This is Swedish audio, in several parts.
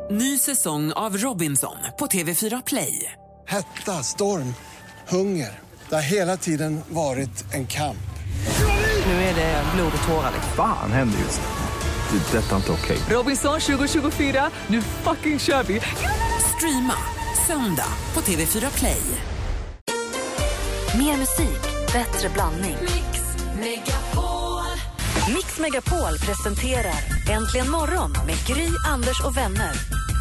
Ny säsong av Robinson på TV4 Play. Hetta, storm, hunger. Det har hela tiden varit en kamp. Nu är det blod och tårar. Fan händer just det. Det är detta inte okej. Robinson 2024, nu fucking kör vi. Streama söndag på TV4 Play. Mer musik, bättre blandning. Mix Megapol presenterar Äntligen morgon med Gry, Anders och vänner.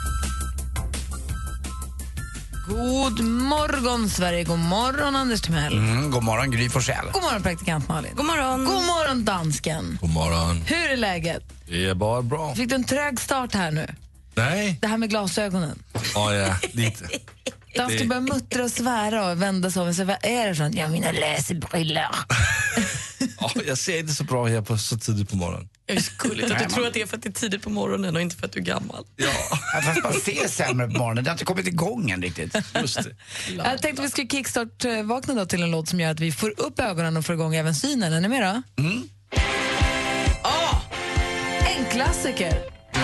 God morgon Sverige, god morgon Anders Timell. God morgon Gry Forssell. God morgon praktikant Malin. God morgon. God morgon dansken. God morgon. Hur är läget? Det är bara bra. Fick du en trög start här nu? Nej. Det här med glasögonen. Ja, lite. Dansken börjar muttra och svära och vända sig om och säga, vad är det sånt? Ja, mina läsbrillor. Ja, jag ser inte så bra här på så tidigt på morgonen. Det är skulligt att du tror att det är för att det är tidigt på morgonen och inte för att du är gammal. Ja. Fast man ser sämre på morgonen. Det har inte kommit igång än riktigt. Just det. Jag tänkte vi ska kickstart-vakna då till en låt som gör att vi får upp ögonen och får igång även synen. Är ni med då? En klassiker.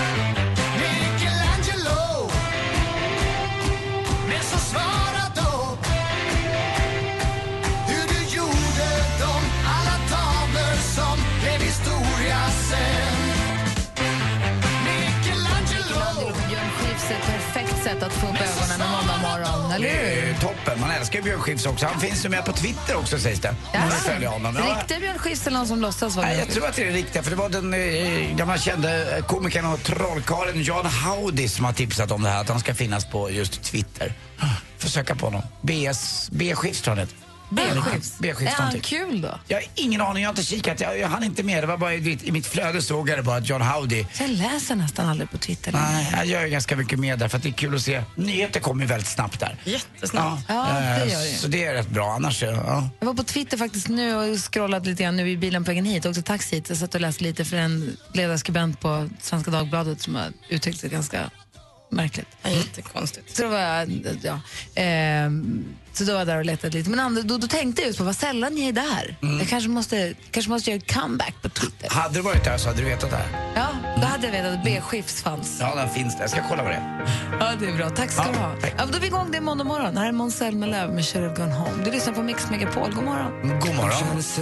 Perfekt sätt att få upp ögonen en måndag morgon, eller hur? Toppen, man älskar Björn Skifs också. Han finns ju med på Twitter också, sägs det. Riktig Björn Skifs eller någon som låtsas vara? Nej, jag tror att det är det riktiga, för det var den gamla kände komikern och trollkarlen John Howdy som har tipsat om det här, att han ska finnas på just Twitter. Försöka på honom. B. Skifs tror jag det. Är han kul då? Jag har ingen aning, jag har inte kikat. Jag hann inte med, det var bara i mitt flöde såg jag det bara att John Howdy. Jag läser nästan aldrig på Twitter. Nej, jag gör ganska mycket med där för att det är kul att se. Nyheter kommer ju väldigt snabbt där. Jättesnabbt. Ja, det gör det. Så det är rätt bra, annars ja. Jag var på Twitter faktiskt nu och scrollat lite grann nu i bilen på vägen hit, också taxi hit. Jag satt och läste lite för en ledarskribent på Svenska Dagbladet som har uttryckt sig ganska märkligt. Ja, jättekonstigt. Så då var jag, så då var jag där och letade lite. Men då tänkte jag just på vad sällan ni är där. Jag kanske måste göra ett comeback på Twitter. Hade du varit där så hade du vetat det här. Ja, då hade jag vetat att B-skifts fanns. Ja, den finns där. Jag ska kolla vad det är. Ja, det är bra. Tack ska du ha. Tack. Ja, då är vi igång, det är måndag morgon. Här är Måns Zelmerlöw med Should Have Gone Home. Du lyssnar på Mix Megapol. God morgon. God morgon.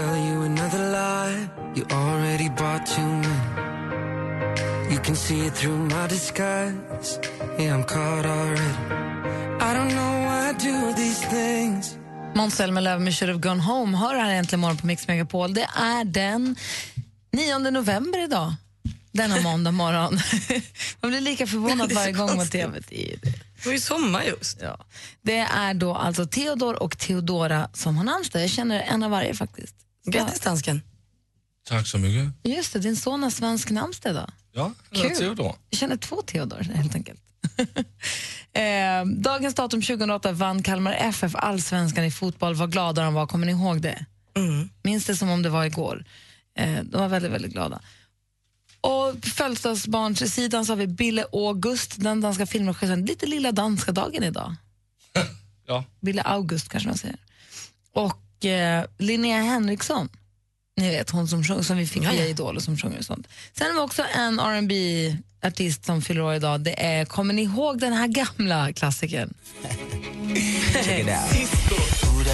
You can see it through my disguise. Yeah, I'm caught already. I don't know why I do these things. Måns Zelmerlöw med Should Have Gone Home. Hör här äntligen morgon på Mix Megapol. Det är den 9 november idag. Denna måndag morgon. Man blir lika förvånad varje gång man TV-tid. Det var ju sommar just. Ja. Det är då alltså Theodor och Theodora som har namnsdag. Jag känner en av varje faktiskt. Grattis dansken. Tack så mycket. Just det, din son har svensk namnsdag idag. Ja, Kul. Theodor. Jag känner 2 Theodor helt enkelt. Dagens datum 2008 vann Kalmar FF allsvenskan i fotboll. Vad glada de var, kommer ni ihåg det? Minns det som om det var igår. De var väldigt, väldigt glada. Och födelsedagsbarnsidan så har vi Bille August, den danska filmregissören. Lite lilla danska dagen idag. Ja. Bille August kanske man säger. Och Linnea Henriksson. Ni vet, hon som vi fick via Idol och som sjunger och sånt. Sen har vi också en R&B-artist som fyller år idag. Det är, kommer ni ihåg den här gamla klassikern? Check it out.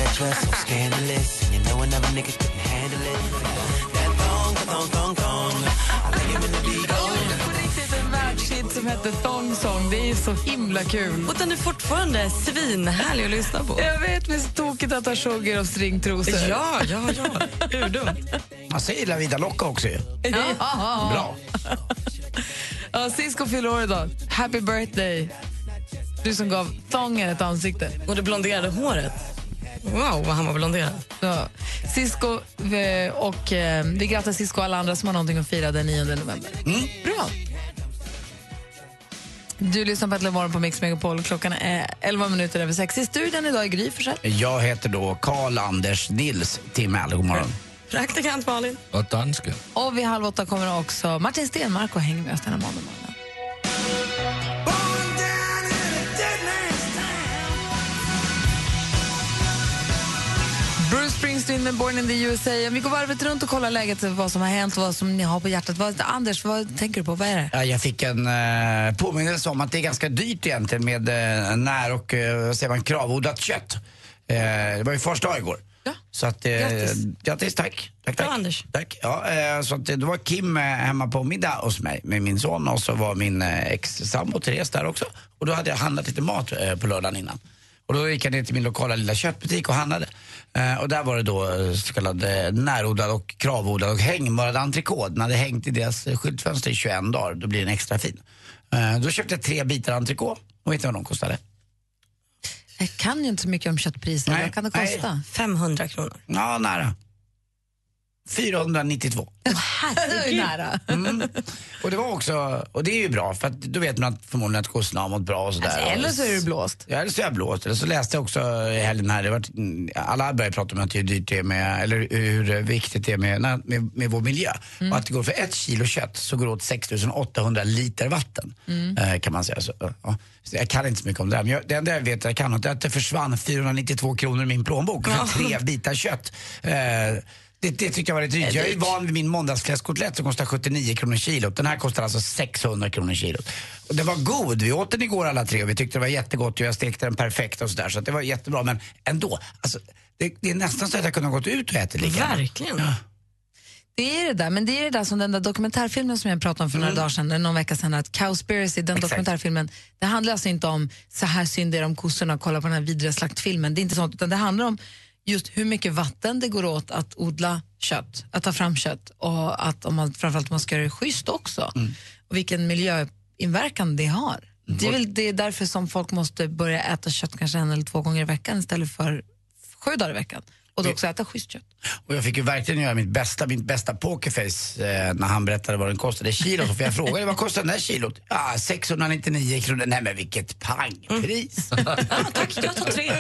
En världshit som heter Thong Song. Det är så himla kul. Och den är fortfarande svinhärlig att lyssna på. Jag vet, men så tokigt att ha sugar och stringtrosor. Ja. Hur dumt? Man säger La Vida Loca också ju. Ja. Bra. Ja, Cisco fyller år idag. Happy birthday. Du som gav Thongen ett ansikte. Och det blonderade håret. Wow, vad han var blonderad. Ja. Cisco och vi grattar Cisco och alla andra som har någonting att fira den 9 november. Bra. Du lyssnar på Äntligen morgon på Mix Megapol. Klockan är 11 minuter över 6. I studion idag i Gry Forssell. Jag heter då Karl-Anders Nils Timell. God morgon. Praktikant Malin. Och dansken. Och vid 7:30 kommer också Martin Stenmark och hänger med oss den här måndagen. Bruce Springsteen med Born in the USA. Vi går varvet runt och kollar läget, vad som har hänt och vad som ni har på hjärtat. Anders, vad tänker du på? Vad är det? Ja, jag fick en påminnelse om att det är ganska dyrt egentligen med när- och kravodlat kött. Det var ju första dag igår. Ja. Så att, grattis, tack. Bra, Anders. Tack. Ja, så att, då var Kim hemma på middag hos mig med min son och så var min ex-sambo Therese där också. Och då hade jag handlat lite mat på lördagen innan. Och då gick jag ner till min lokala lilla köttbutik och handlade. Och där var det då så kallad närodlad och kravodlad och hängmörad entrecote. Den hade hängt i deras skyltfönster i 21 dagar. Då blir den extra fin. Då köpte jag 3 bitar entrecote. Och vet du vad de kostade? Jag kan ju inte så mycket om köttpriser. Nej, vad kan det kosta? nej. 500 kronor. Ja, nära. 492. Det är nära. Och det var också, och det är ju bra för att då vet man att förmodligen att kurserna har mått bra och sådär. Alltså, eller så är det blåst. Ja, eller så är jag blåst. Eller så läste jag också i helgen här, alla börjar prata om att hur dyrt det är med, eller hur viktigt det är med vår miljö. Och att det går för 1 kilo kött så går det åt 6800 liter vatten. Kan man säga så. Ja. Jag kan inte så mycket om det här, men det enda jag vet jag kan är att det försvann 492 kronor i min plånbok för 3 bitar kött. Det tyckte jag var lite dyrt. Jag är ju van vid min måndagsfläskkotlett som kostar 79 kronor kilot. Den här kostar alltså 600 kronor kilot. Och det var god. Vi åt den igår alla 3 och vi tyckte det var jättegott och jag stekte den perfekt och sådär. Så att det var jättebra. Men ändå, alltså, det är nästan så att jag kunde ha gått ut och ätit lika. Verkligen. Ja. Det är det där, men det är det där som den där dokumentärfilmen som jag pratade om för några dagar sedan, eller någon vecka sedan, att Cowspiracy, den dokumentärfilmen, det handlar alltså inte om så här synd är de kossorna och kolla på den här vidriga slaktfilmen. Det är inte sånt, utan det handlar om just hur mycket vatten det går åt att odla kött, att ta fram kött och att framförallt om man ska göra det schysst också. Och vilken miljöinverkan det har. Det är därför som folk måste börja äta kött kanske 1 eller 2 gånger i veckan istället för 7 dagar i veckan. Och då också äta schysst kött. Och jag fick ju verkligen göra mitt bästa pokerface när han berättade vad den kostade kilot. För jag frågade, vad kostar den där kilot? Ja, 699 kronor. Nej men vilket pangpris. Ja, tack, jag tar 3.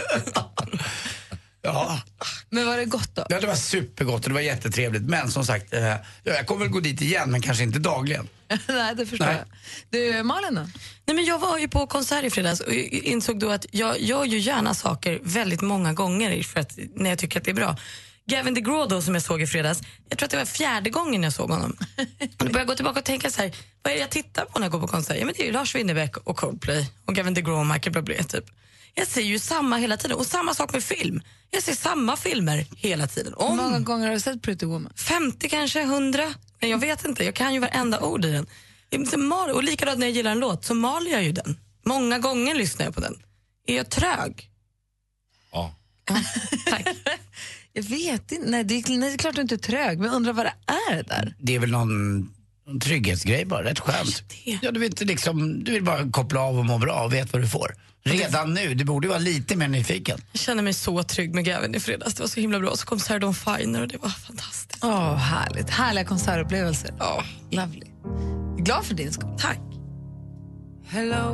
Ja. Men var det gott då? Ja, det var supergott och det var jättetrevligt. Men som sagt, jag kommer väl gå dit igen men kanske inte dagligen. Nej, det förstår jag. Du, Malin då? Nej, men jag var ju på konsert i fredags och insåg då att jag gör ju gärna saker väldigt många gånger för att, när jag tycker att det är bra. Gavin DeGraw då, som jag såg i fredags, jag tror att det var 4:e gången jag såg honom. Och då började jag gå tillbaka och tänka så här, vad är det jag tittar på när jag går på konsert? Ja, men det är ju Lars Winnerbäck och Coldplay och Gavin DeGraw och Michael Bublé typ. Jag ser ju samma hela tiden och samma sak med film. Jag ser samma filmer hela tiden. Hur många gånger har du sett Pretty Woman? 50 kanske, 100. Men jag vet inte, jag kan ju varenda ord i den. Och likadant när jag gillar en låt så maler jag ju den. Många gånger lyssnar jag på den. Är jag trög? Ja. Tack. Jag vet inte, nej det är klart du inte är trög, men undrar vad det är där. Det är väl någon trygghetsgrej bara, rätt skönt. Ja, du vill bara koppla av och må bra och vet vad du får. Redan nu, du borde vara lite mer nyfiken. Jag känner mig så trygg med Gavin i fredags. Det var så himla bra. Så kom Sarah Dawn Finer och det var fantastiskt. Härligt. Härliga konsertupplevelser. Lovely. Jag är glad för din skull. Tack. Hello,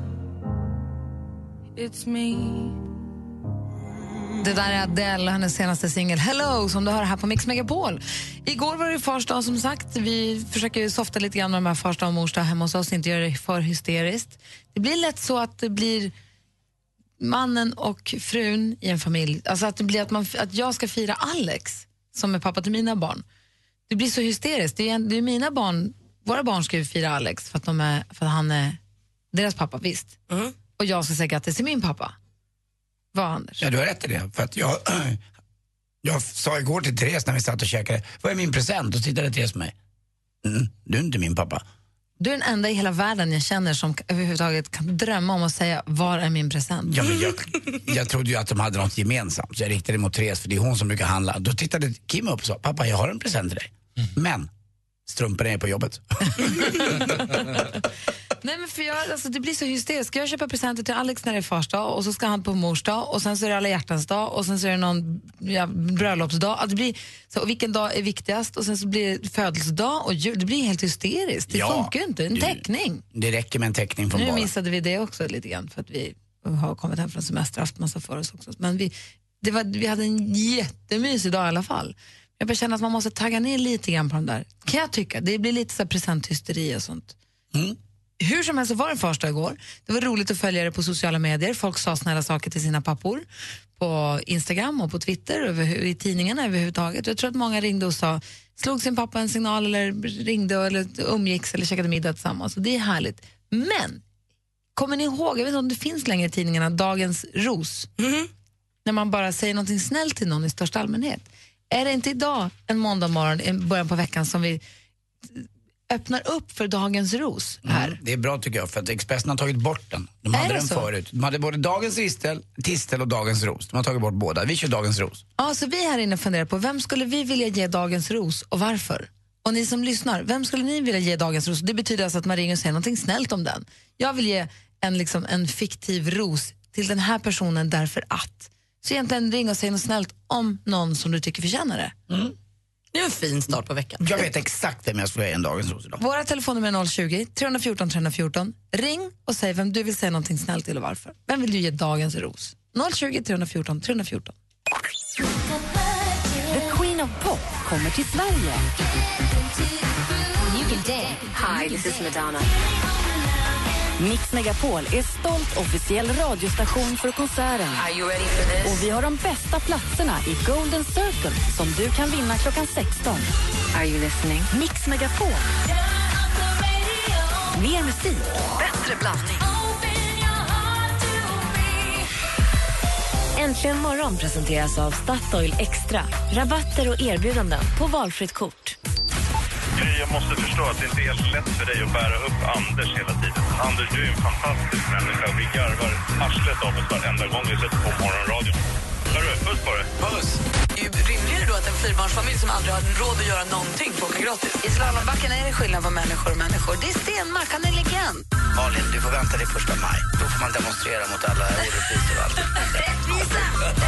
it's me. Det där är Adele och hennes senaste singel Hello som du hör här på Mix Megapol. Igår var det farsdag som sagt. Vi försöker softa lite grann med de här farsdag och morsdag hemma hos oss, inte göra det för hysteriskt. Det blir lätt så att det blir mannen och frun i en familj. Alltså att det blir att jag ska fira Alex som är pappa till mina barn. Det blir så hysteriskt. Det är mina barn, våra barn ska ju fira Alex för att han är deras pappa, visst. Och jag ska säga grattis till min pappa. Vad, Anders? Ja, du har rätt i det. För att jag sa igår till Therese när vi satt och käkade, vad är min present? Och tittade Therese på mig. Du är inte min pappa. Du är den enda i hela världen jag känner som överhuvudtaget kan drömma om att säga, var är min present? Ja, men jag trodde ju att de hade något gemensamt. Så jag riktade mot Therese, för det är hon som brukar handla. Då tittade Kim upp och sa, pappa jag har en present till dig. Men strumporna är på jobbet. Nej, men för det blir så hysteriskt. Ska jag köpa presenter till Alex när det är farsdag och så ska han på morsdag och sen så är det alla hjärtans dag och sen så är det någon bröllopsdag. Alltså det blir så, vilken dag är viktigast och sen så blir det födelsedag och jul. Det blir helt hysteriskt. Det funkar ju inte. En teckning. Det räcker med en teckning från bara. Nu missade vi det också lite grann för att vi har kommit hem från semester och haft massa för oss också. Men vi hade en jättemysig dag i alla fall. Jag bara känner att man måste tagga ner lite grann på de där. Kan jag tycka. Det blir lite så här presenthysteri och sånt. Hur som helst så var det första igår. Det var roligt att följa det på sociala medier. Folk sa snälla saker till sina pappor på Instagram och på Twitter och i tidningarna överhuvudtaget. Jag tror att många ringde och sa, slog sin pappa en signal eller ringde eller umgicks eller käkade middag tillsammans. Och det är härligt. Men kommer ni ihåg, jag vet inte om det finns längre i tidningarna, Dagens ros? När man bara säger någonting snällt till någon i största allmänhet. Är det inte idag, en måndag morgon, i början på veckan, som vi öppnar upp för Dagens ros här? Det är bra tycker jag, för att Expressen har tagit bort den. De hade den förut. De hade både Dagens tistel och Dagens ros. De har tagit bort båda. Vi kör Dagens ros. Ja, så vi här inne funderar på, vem skulle vi vilja ge Dagens ros och varför? Och ni som lyssnar, vem skulle ni vilja ge Dagens ros? Det betyder alltså att man ringer och säger någonting snällt om den. Jag vill ge en fiktiv ros till den här personen därför att. Så egentligen ring och säg något snällt om någon som du tycker förtjänar det. Det är en fin start på veckan. Jag vet exakt vem jag skulle ge en Dagens ros idag. Våra telefonnummer är 020-314 314. Ring och säg vem du vill säga någonting snällt till och varför. Vem vill du ge Dagens ros? 020-314 314. The Queen of Pop kommer till Sverige. You can dance. Hi, this is Madonna. Mix Megapol är stolt officiell radiostation för konserten. Are you ready for this? Och vi har de bästa platserna i Golden Circle som du kan vinna klockan 16. Are you listening? Mix Megapol. Mer musik, bättre blandning. Äntligen morgon presenteras av Statoil Extra. Rabatter och erbjudanden på valfritt kort. Jag måste förstå att det inte är helt lätt för dig att bära upp Anders hela tiden. Anders, du är en fantastisk människa. Vi garvar arslet av oss varenda gång vi sätter på morgonradion. Hörru, puss på det. Puss! Det är ju rimligare då att en fyrbarnsfamilj som aldrig har råd att göra någonting får åka gratis. I slalombacken är det skillnad på människor och människor. Det är Stenmark, han är legend. Malin, du får vänta till 1 maj. Då får man demonstrera mot alla orättvisor och allt. Rättvisa!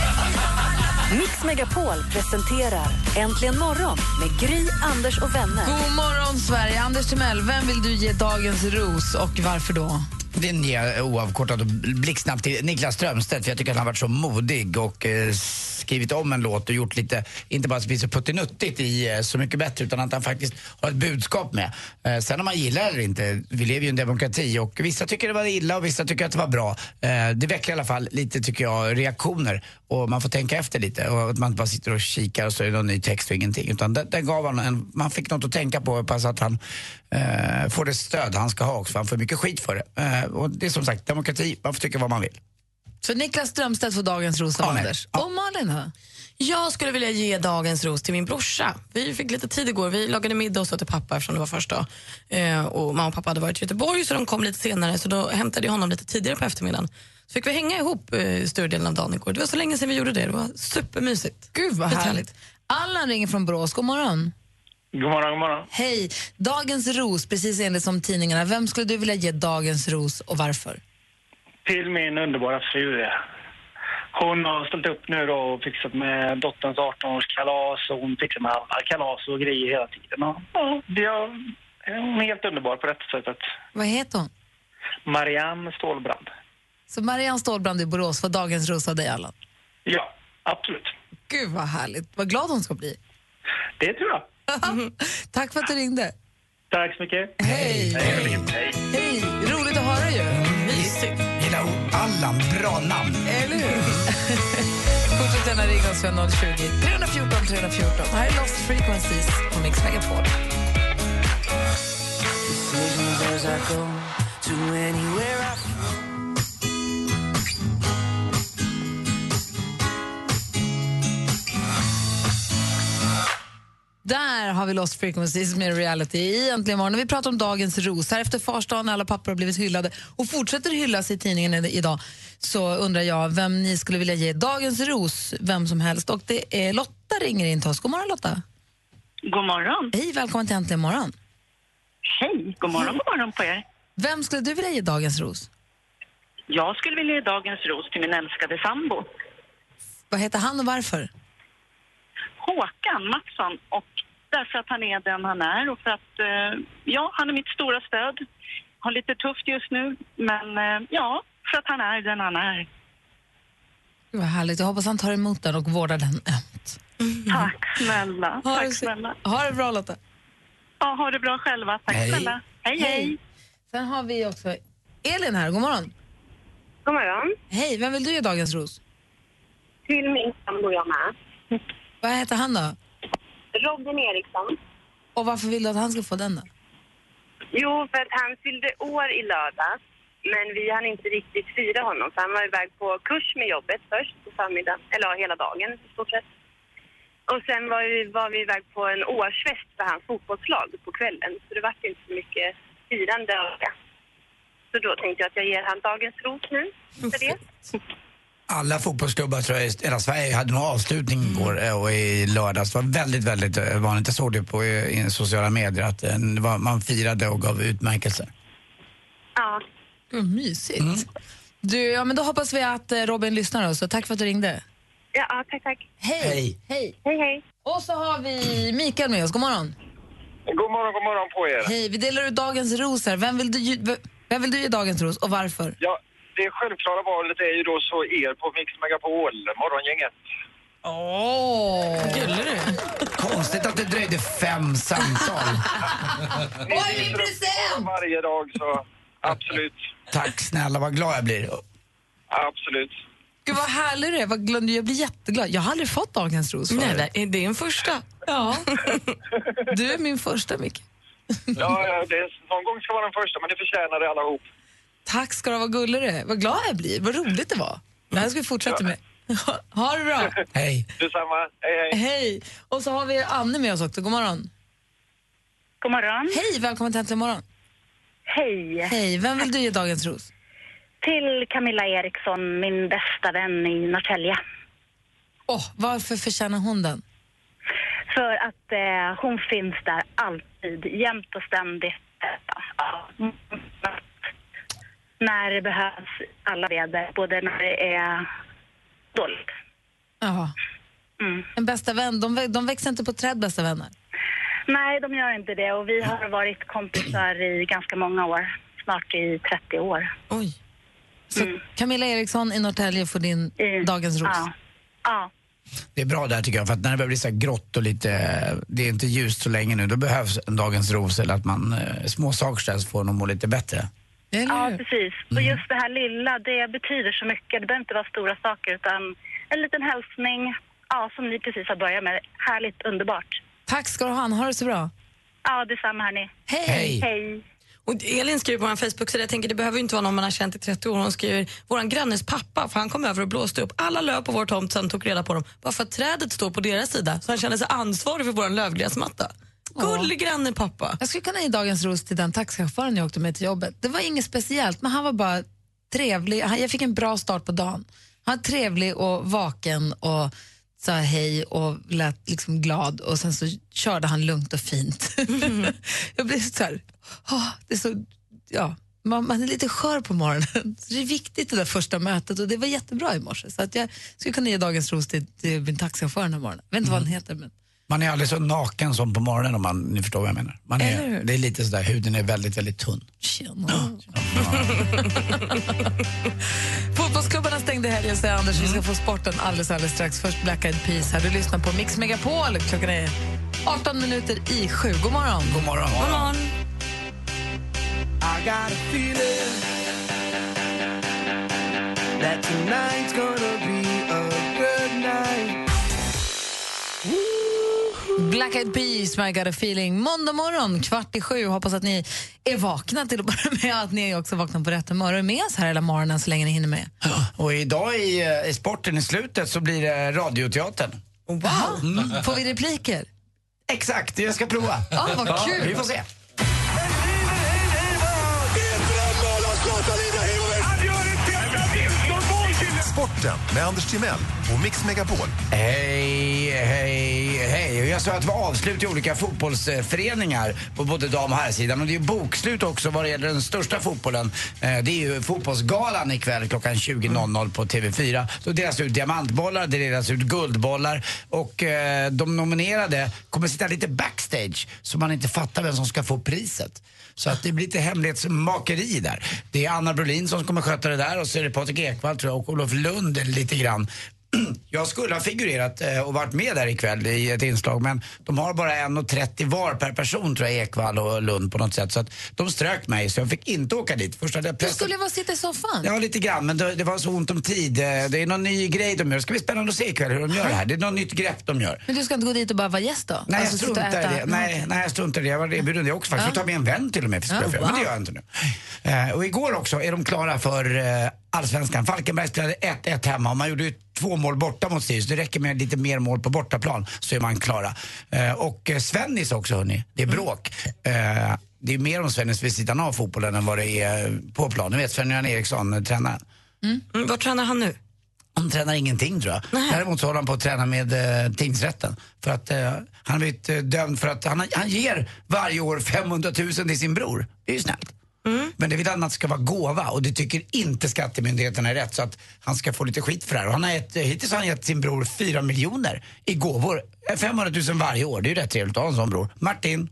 Mix Megapol presenterar Äntligen morgon med Gry, Anders och vänner. God morgon Sverige, Anders Timell, vem vill du ge Dagens ros och varför då? Den ger oavkortat och blixtsnabbt till Niklas Strömstedt, för jag tycker att han har varit så modig och skrivit om en låt och gjort lite, inte bara så puttinuttigt i Så mycket bättre, utan att han faktiskt har ett budskap med. Sen om man gillar eller inte, vi lever ju i en demokrati och vissa tycker det var illa och vissa tycker att det var bra. Det väcker i alla fall lite, tycker jag, reaktioner och man får tänka efter lite och att man inte bara sitter och kikar och så är det någon ny text och ingenting, utan den gav han man fick något att tänka på, hoppas att han får det stöd han ska ha också, för han får mycket skit för det. Och det är som sagt demokrati, man får tycka vad man vill. Så Niklas Strömstedt får Dagens ros av Anders. Ja. Och Malin då? Jag skulle vilja ge Dagens ros till min brorsa. Vi fick lite tid igår. Vi lagade middag och så till pappa eftersom det var första dag. Och mamma och pappa hade varit i Göteborg så de kom lite senare. Så då hämtade jag honom lite tidigare på eftermiddagen. Så fick vi hänga ihop större delen av dagen igår. Det var så länge sedan vi gjorde det. Det var supermysigt. Gud vad härligt. Allan ringer från Borås. God morgon. God morgon, god morgon. Hej. Dagens ros, precis enligt som tidningarna. Vem skulle du vilja ge Dagens ros och varför? Till min underbara fru. Hon har ställt upp nu då och fixat med dotterns 18-årskalas och hon fixar med alla kalas och grejer hela tiden. Hon är helt underbar på detta sättet. Vad heter hon? Marianne Stålbrand. Så Marianne Stålbrand i Borås får Dagens ros av dig, Allan? Ja, absolut. Gud vad härligt. Vad glad hon ska bli. Det tror jag. Tack för att du ringde. Tack så mycket. Hej. Hej. Roligt att höra ju. Mysigt. Gillar Allan, bra namn. Eller hur? Fortsätt gärna ringa oss för 020-314 314. Här är Lost Frequencies på Mix Megapol. Där har vi Lost Frequencies med reality i Äntligen morgon. Vi pratar om Dagens ros. Här efter farsdagen när alla pappor har blivit hyllade och fortsätter hyllas i tidningen idag, så undrar jag vem ni skulle vilja ge Dagens ros, vem som helst. Och det är Lotta ringer in till oss. God morgon Lotta. God morgon. Hej, välkommen till Äntligen morgon. Hej, god morgon på er. Vem skulle du vilja ge Dagens ros? Jag skulle vilja ge Dagens ros till min älskade sambo. Vad heter han och varför? Håkan Mattsson, och därför att han är den han är och för att han är mitt stora stöd. Har lite tufft just nu, men för att han är den han är. Vad härligt, jag hoppas han tar emot den och vårdar den ömt. Tack snälla. Tack snälla. Ha det bra Lotta. Ja, ha det bra själva. Tack snälla. Hej. Sen har vi också Elin här. God morgon. God morgon. Hej, vem vill du ge dagens ros? Till min sambo jag med. Vad heter han då? Robin Eriksson. Och varför vill du att han ska få den då? Jo, för att han fyllde år i lördag. Men vi hann inte riktigt fira honom. Så han var iväg på kurs med jobbet först på förmiddagen. Eller hela dagen i stort sett. Och sen var vi iväg på en årsfest för hans fotbollslag på kvällen. Så det var inte så mycket firande av det. Så då tänkte jag att jag ger han dagens ros nu för det. Alla fotbollsklubbar tror jag i hela Sverige hade någon avslutning igår och i lördags. Det var väldigt, väldigt vanligt. Jag såg det på i sociala medier att man firade och gav utmärkelser. Ja. Mysigt. Du, men då hoppas vi att Robin lyssnar då, så tack för att du ringde. Ja, tack. Hej. Hej. Och så har vi Mikael med oss. God morgon. God morgon på er. Hej, vi delar ut dagens ros här. Vem vill du ge dagens ros och varför? Ja, det självklara valet är ju då så er på Mix Megapol, morgongänget. Gullar du? Konstigt att det dröjde 5 samtal. Vad är min present? Varje dag, så absolut. Tack snälla, vad glad jag blir. Absolut. Gud vad härlig du är, vad glad. Jag blir jätteglad. Jag har aldrig fått dagens ros förut. Nej, det är en första. Ja. Du är min första, Micke. Ja, någon gång ska vara den första, men det förtjänar det allihop. Tack ska du vara, gullig du är. Vad glad jag blir, vad roligt det var. Det här ska vi fortsätta med. Ha det bra. Hej. Detsamma, hej. Och så har vi Anne med oss också, god morgon. God morgon. Hej, välkommen till Äntligen morgon. Hej. Vem vill du ge dagens ros? Till Camilla Eriksson, min bästa vän i Norrtälje. Varför förtjänar hon den? För att hon finns där alltid, jämt och ständigt. När det behövs alla väder, både när det är dåligt. Jaha. En bästa vän, de växer inte på träd, bästa vänner? Nej, de gör inte det. Och vi har varit kompisar i ganska många år. Snart i 30 år. Oj. Så Camilla Eriksson i Norrtälje får din dagens ros? Ja. Det är bra där tycker jag, för att när det börjar bli så här grått och lite, det är inte ljust så länge nu, då behövs en dagens ros eller att man små saker så får nog må lite bättre. Ja, precis. Och just det här lilla, det betyder så mycket. Det behöver inte vara stora saker utan en liten hälsning, som ni precis har börjat med. Härligt, underbart. Tack ska du ha det så bra. Ja, detsamma hörni. Hej. Och Elin skriver på vår Facebook-sida, jag tänker det behöver inte vara någon man har känt i 30 år. Hon skriver, våran grannes pappa, för han kom över och blåste upp alla löv på vår tomt, sen tog reda på dem. Bara för att trädet står på deras sida, så han kände sig ansvarig för våran lövgräsmatta. Gullig granne pappa. Jag skulle kunna ge dagens ros till den taxichauffören jag åkte med till jobbet. Det var inget speciellt, men han var bara trevlig. Jag fick en bra start på dagen. Han var trevlig och vaken och sa hej och lät liksom glad och sen så körde han lugnt och fint. Jag blev så här, det är så, man är lite skör på morgonen. Så det är viktigt det där första mötet och det var jättebra i morse. Så att jag skulle kunna ge dagens ros till min taxichaufför den här morgonen. Jag vet inte vad han heter, men man är aldrig så naken som på morgonen om ni förstår vad jag menar. Det är lite sådär, huden är väldigt, väldigt tunn. Fotbollsklubbarna stängde helgen, säger Anders. Vi ska få sporten alldeles strax. Först Black Eyed Peas här. Du lyssnar på Mix Megapol. Klockan är 18:07. God morgon. God morgon. God morgon. I got a feeling that tonight's gonna be a good night. Black Eyed Peas, My Got a Feeling. Måndag morgon, 6:15. Hoppas att ni är vakna till att börja med, att ni är också vakna på rätt humör och är med oss här hela morgonen så länge ni hinner med. Och idag i sporten i slutet så blir det radioteatern. Wow. Får vi repliker? Exakt, jag ska prova. Vad kul. Vi får se. Sporten med Anders Timell och Mix Megapol. Hej. Jag sa att det var avslut i olika fotbollsföreningar på både dam- och herrsidan. Och det är bokslut också vad det gäller den största fotbollen. Det är ju fotbollsgalan ikväll klockan 20.00 på TV4. Så delas ut diamantbollar, det delas ut guldbollar. Och de nominerade kommer sitta lite backstage så man inte fattar vem som ska få priset. Så att det blir lite hemlighetsmakeri där. Det är Anna Brolin som kommer sköta det där och så är det Patrik Ekwall tror jag, och Olof Lund lite grann. Jag skulle ha figurerat och varit med där ikväll i ett inslag, men de har bara 1,30 var per person, tror jag, Ekvall och Lund på något sätt. Så att de strök mig, så jag fick inte åka dit. Först hade jag Du skulle bara sitta i soffan? Ja, lite grann, men det var så ont om tid. Det är någon ny grej de gör. Det ska bli spännande att se ikväll hur de gör det här. Det är något nytt grepp de gör. Men du ska inte gå dit och bara vara gäst då? Nej, alltså, jag struntar i det. Nej, jag struntar i det. Jag var erbjuden det också faktiskt. Jag tar med en vän till och med. Men det gör jag inte nu. Och igår också är de klara för Allsvenskan. Falkenberg spelade 1-1 hemma och man gjorde ju 2 mål borta mot Sirius. Det räcker med lite mer mål på bortaplan så är man klara. Och Svennis också, hörni. Det är bråk. Det är mer om Svennis vid sidan av fotbollen än vad det är på plan. Ni vet, Sven-Göran Eriksson tränar. Vad tränar han nu? Han tränar ingenting, tror jag. Däremot så håller han på att träna med tingsrätten. För att han har blivit dömd för att han ger varje år 500 000 till sin bror. Det är ju snällt. Men det vill han att det ska vara gåva, och det tycker inte skattemyndigheterna är rätt, så att han ska få lite skit för det här. Och hittills har han gett sin bror 4 miljoner i gåvor. 500 000 varje år, det är ju rätt trevligt att ha en sån bror. Martin?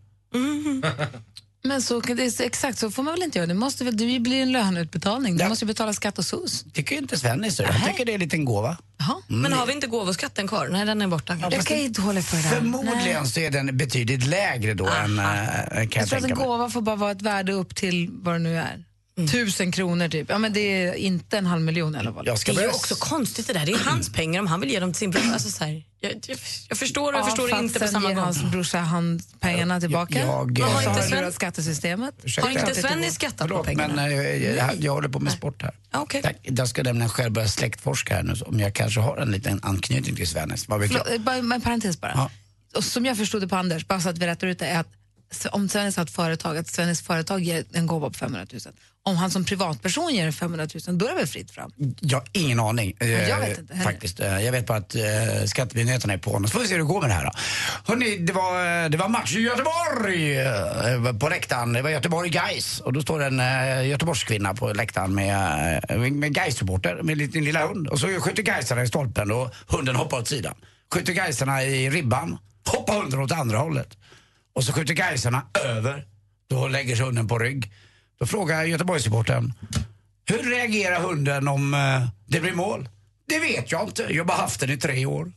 Men så, exakt så får man väl inte göra. Det blir en löneutbetalning. Du måste ju betala skatt och SOS. Tycker inte Svennis. Jag tycker det är en liten gåva. Men har vi inte gåvoskatten kvar? Nej, den är borta. Jag kan inte hålla för det. Förmodligen så är den betydligt lägre då än jag tror att en gåva får bara vara ett värde upp till vad det nu är. 1000 kronor typ. Ja, men det är inte 500 000 eller vad. Det är ju också konstigt det där. Det är hans pengar om han vill ge dem till sin bror. Alltså, så här, jag förstår och jag förstår inte på samma gång. Hans brorsa pengarna tillbaka. Har inte skattesystemet. Har inte Sven skattat på pengarna? Men jag håller på med sport här. Okay. Jag ska nämligen själv börja släktforska här nu, om jag kanske har en liten anknytning till Svennis. Vad vet jag? Bara en parentes bara. Ja. Och som jag förstod det på Anders, bara så att vi rättar ut det, är att om Svennis har ett företag, att Svennis företag ger en gåva på 500 000. Om han som privatperson ger 500 000, då är det väl fritt fram? Jag har ingen aning. Jag vet inte heller. Faktiskt. Jag vet bara att skattemyndigheterna är på honom. Så får vi se hur det går med det här då. Hörrni, det var match i Göteborg på läktaren. Det var Göteborg-Gais. Och då står en Göteborgskvinna på läktaren med Gais-supporter med en lilla hund. Och så skjuter Gaisarna i stolpen och hunden hoppar åt sidan. Skjuter Gaisarna i ribban, hoppar hunden åt andra hållet. Och så skjuter Gaisarna över. Då lägger sig hunden på rygg. Då frågar Göteborgssupporten: hur reagerar hunden om det blir mål? Det vet jag inte. Jag har bara haft den i 3 år.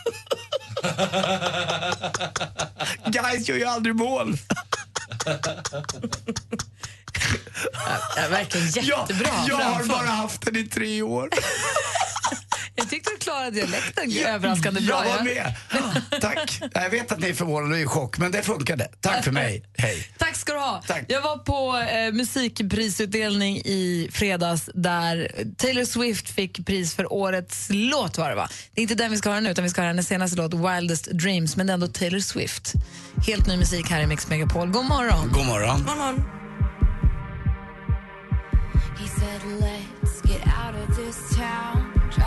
Gais gör ju aldrig mål. Verkligen jättebra. Jag har bara haft den i 3 år. Jag tyckte du klarade dialekten överraskande bra. Jag var med. Tack. Jag vet att ni är förvånade och i chock, men det funkade. Tack för mig. Hej. Tack ska du ha. Tack. Jag var på musikprisutdelning i fredags där Taylor Swift fick pris för årets låt, var det va? Det är inte den vi ska höra nu, utan vi ska höra hennes senaste låt, Wildest Dreams, men det är ändå Taylor Swift. Helt ny musik här i Mix Megapol. God morgon. God morgon. God morgon. He said, let's get out of this town.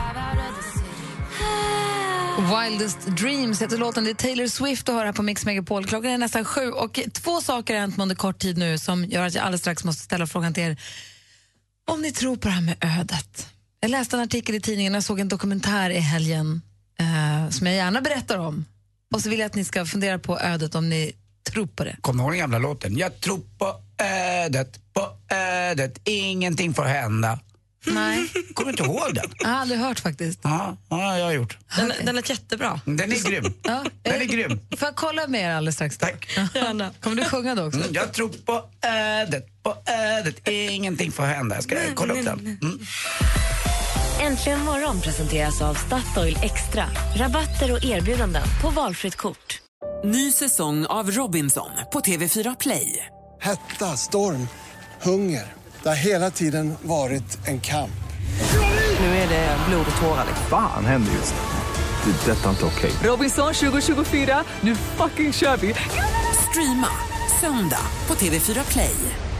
Wildest Dreams heter låten. Det är Taylor Swift att höra på Mix Megapol. Klockan är nästan 7 och 2 saker har hänt under kort tid nu som gör att jag alldeles strax måste ställa frågan till er om ni tror på det här med ödet. Jag läste en artikel i tidningen och jag såg en dokumentär i helgen som jag gärna berättar om. Och så vill jag att ni ska fundera på ödet om ni tror på det. Kommer du ihåg den gamla låten? Jag tror på ödet, ingenting får hända. Nej. Kommer du inte ihåg den? Jag har aldrig hört faktiskt. Ja, jag har gjort. Den är jättebra. Den är grym. Ja, den är grym. Får jag kolla med er alldeles strax? Tack. Gärna. Kommer du sjunga då också? Jag tror på ödet, ingenting får hända. Jag ska kolla upp den. Äntligen morgon presenteras av Statoil Extra. Rabatter och erbjudanden på valfritt kort. Ny säsong av Robinson på TV4 Play. Hetta, storm, hunger. Det har hela tiden varit en kamp. Nu är det blod och tårar. Fan händer just det. Det är detta inte okej. Robinson 2024, nu fucking kör vi. Streama söndag på TV4 Play.